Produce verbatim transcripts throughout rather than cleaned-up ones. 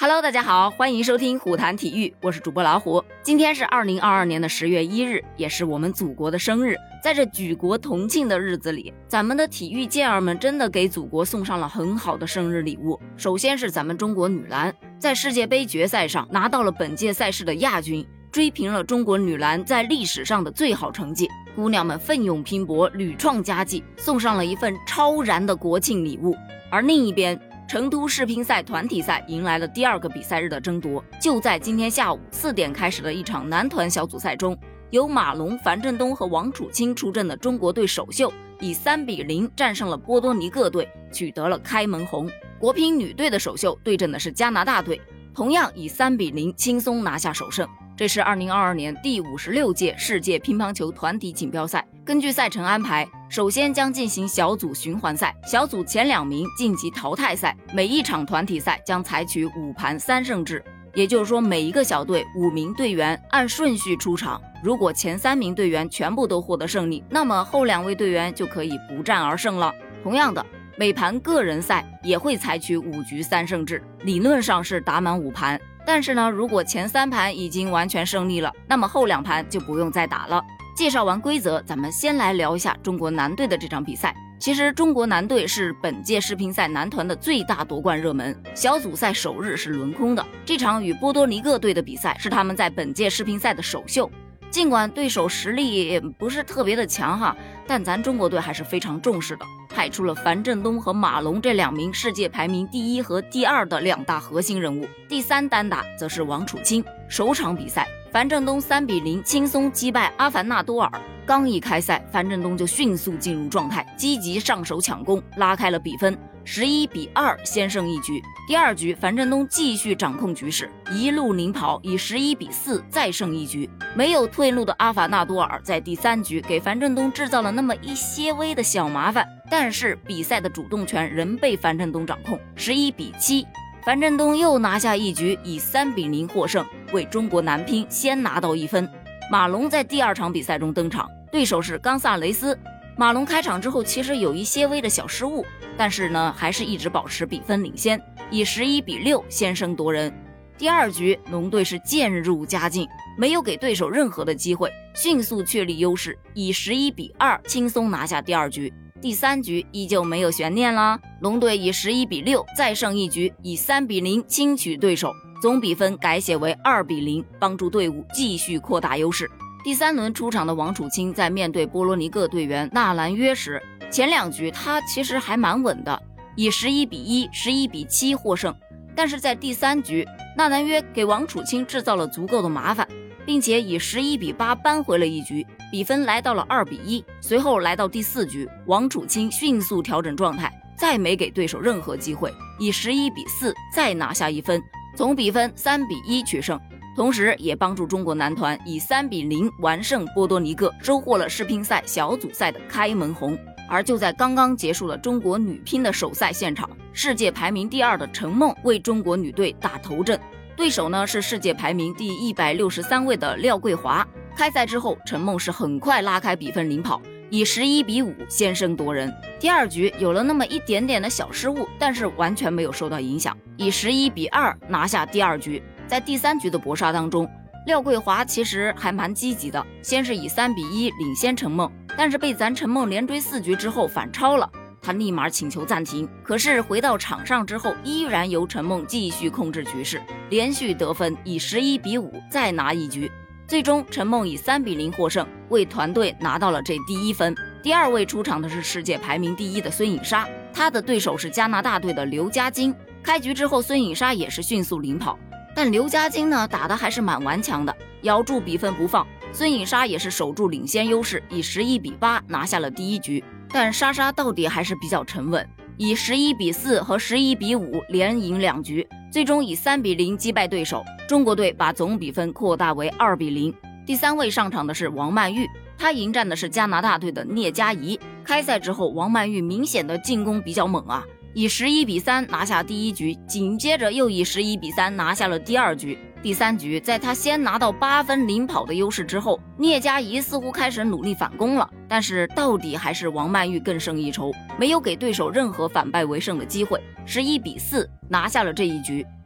Hello， 大家好，欢迎收听虎谈体育，我是主播老虎。今天是二零二二年的十月一日，也是我们祖国的生日。在这举国同庆的日子里，咱们的体育健儿们真的给祖国送上了很好的生日礼物。首先是咱们中国女篮，在世界杯决赛上拿到了本届赛事的亚军，追平了中国女篮在历史上的最好成绩。姑娘们奋勇拼搏，屡创佳绩，送上了一份超燃的国庆礼物。而另一边，成都世乒赛团体赛迎来了第二个比赛日的争夺。就在今天下午四点开始的一场男团小组赛中，由马龙、樊振东和王楚钦出阵的中国队首秀以三比零战胜了波多黎各队，取得了开门红。国乒女队的首秀对阵的是加拿大队，同样以三比零轻松拿下首胜。这是二零二二年第五十六届世界乒乓球团体锦标赛。根据赛程安排，首先将进行小组循环赛，小组前两名晋级淘汰赛。每一场团体赛将采取五盘三胜制，也就是说每一个小队五名队员按顺序出场，如果前三名队员全部都获得胜利，那么后两位队员就可以不战而胜了。同样的，每盘个人赛也会采取五局三胜制，理论上是打满五盘，但是呢，如果前三盘已经完全胜利了，那么后两盘就不用再打了。介绍完规则，咱们先来聊一下中国男队的这场比赛。其实中国男队是本届世乒赛男团的最大夺冠热门，小组赛首日是轮空的。这场与波多黎各队的比赛是他们在本届世乒赛的首秀。尽管对手实力也不是特别的强哈，但咱中国队还是非常重视的，派出了樊振东和马龙这两名世界排名第一和第二的两大核心人物。第三单打则是王楚钦。首场比赛，樊振东三比零轻松击败阿凡纳多尔。刚一开赛，樊振东就迅速进入状态，积极上手抢攻，拉开了比分，十一比二先胜一局。第二局，樊振东继续掌控局势，一路领跑，以十一比四再胜一局。没有退路的阿法纳多尔在第三局给樊振东制造了那么一些微的小麻烦，但是比赛的主动权仍被樊振东掌控，十一比七。樊振东又拿下一局，以三比零获胜，为中国男乒先拿到一分。马龙在第二场比赛中登场，对手是冈萨雷斯。马龙开场之后其实有一些微的小失误，但是呢还是一直保持比分领先，以十一比六先声夺人。第二局龙队是渐入佳境，没有给对手任何的机会，迅速确立优势，以十一比二轻松拿下第二局。第三局依旧没有悬念啦，龙队以十一比六再胜一局，以三比零轻取对手，总比分改写为二比零，帮助队伍继续扩大优势。第三轮出场的王楚钦在面对波罗尼各队员纳兰约时，前两局他其实还蛮稳的，以十一比一、十一比七获胜。但是在第三局，纳兰约给王楚钦制造了足够的麻烦，并且以十一比八扳回了一局，比分来到了二比一。随后来到第四局，王楚钦迅速调整状态，再没给对手任何机会，以十一比四再拿下一分，总比分三比一取胜，同时也帮助中国男团以三比零完胜波多黎各，收获了世乒赛小组赛的开门红。而就在刚刚结束了中国女乒的首赛现场，世界排名第二的陈梦为中国女队打头阵，对手呢是世界排名第一百六十三位的廖桂华。开赛之后，陈梦是很快拉开比分领跑，以十一比五先声夺人。第二局有了那么一点点的小失误，但是完全没有受到影响，以十一比二拿下第二局。在第三局的搏杀当中，廖桂华其实还蛮积极的，先是以三比一领先陈梦，但是被咱陈梦连追四局之后反超了，他立马请求暂停。可是回到场上之后，依然由陈梦继续控制局势，连续得分，以十一比五再拿一局。最终陈梦以三比零获胜，为团队拿到了这第一分。第二位出场的是世界排名第一的孙颖莎，她的对手是加拿大队的刘佳晶。开局之后，孙颖莎也是迅速领跑，但刘佳晶呢打的还是蛮顽强的，咬住比分不放。孙颖莎也是守住领先优势，以十一比八拿下了第一局。但莎莎到底还是比较沉稳，以十一比四和十一比五连赢两局，最终以三比零击败对手。中国队把总比分扩大为二比零。第三位上场的是王曼玉，她迎战的是加拿大队的聂佳怡。开赛之后，王曼玉明显的进攻比较猛啊，以十一比三拿下第一局，紧接着又以十一比三拿下了第二局。第三局，在他先拿到八分领跑的优势之后，聂佳怡似乎开始努力反攻了，但是到底还是王曼玉更胜一筹，没有给对手任何反败为胜的机会，十一比四拿下了这一局。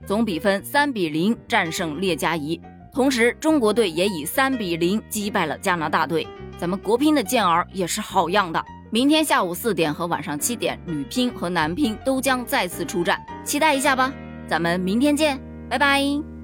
总比分三比零战胜列加夷。同时，中国队也以三比零击败了加拿大队。咱们国乒的健儿也是好样的。明天下午四点和晚上七点，女乒和男乒都将再次出战，期待一下吧。咱们明天见，拜拜。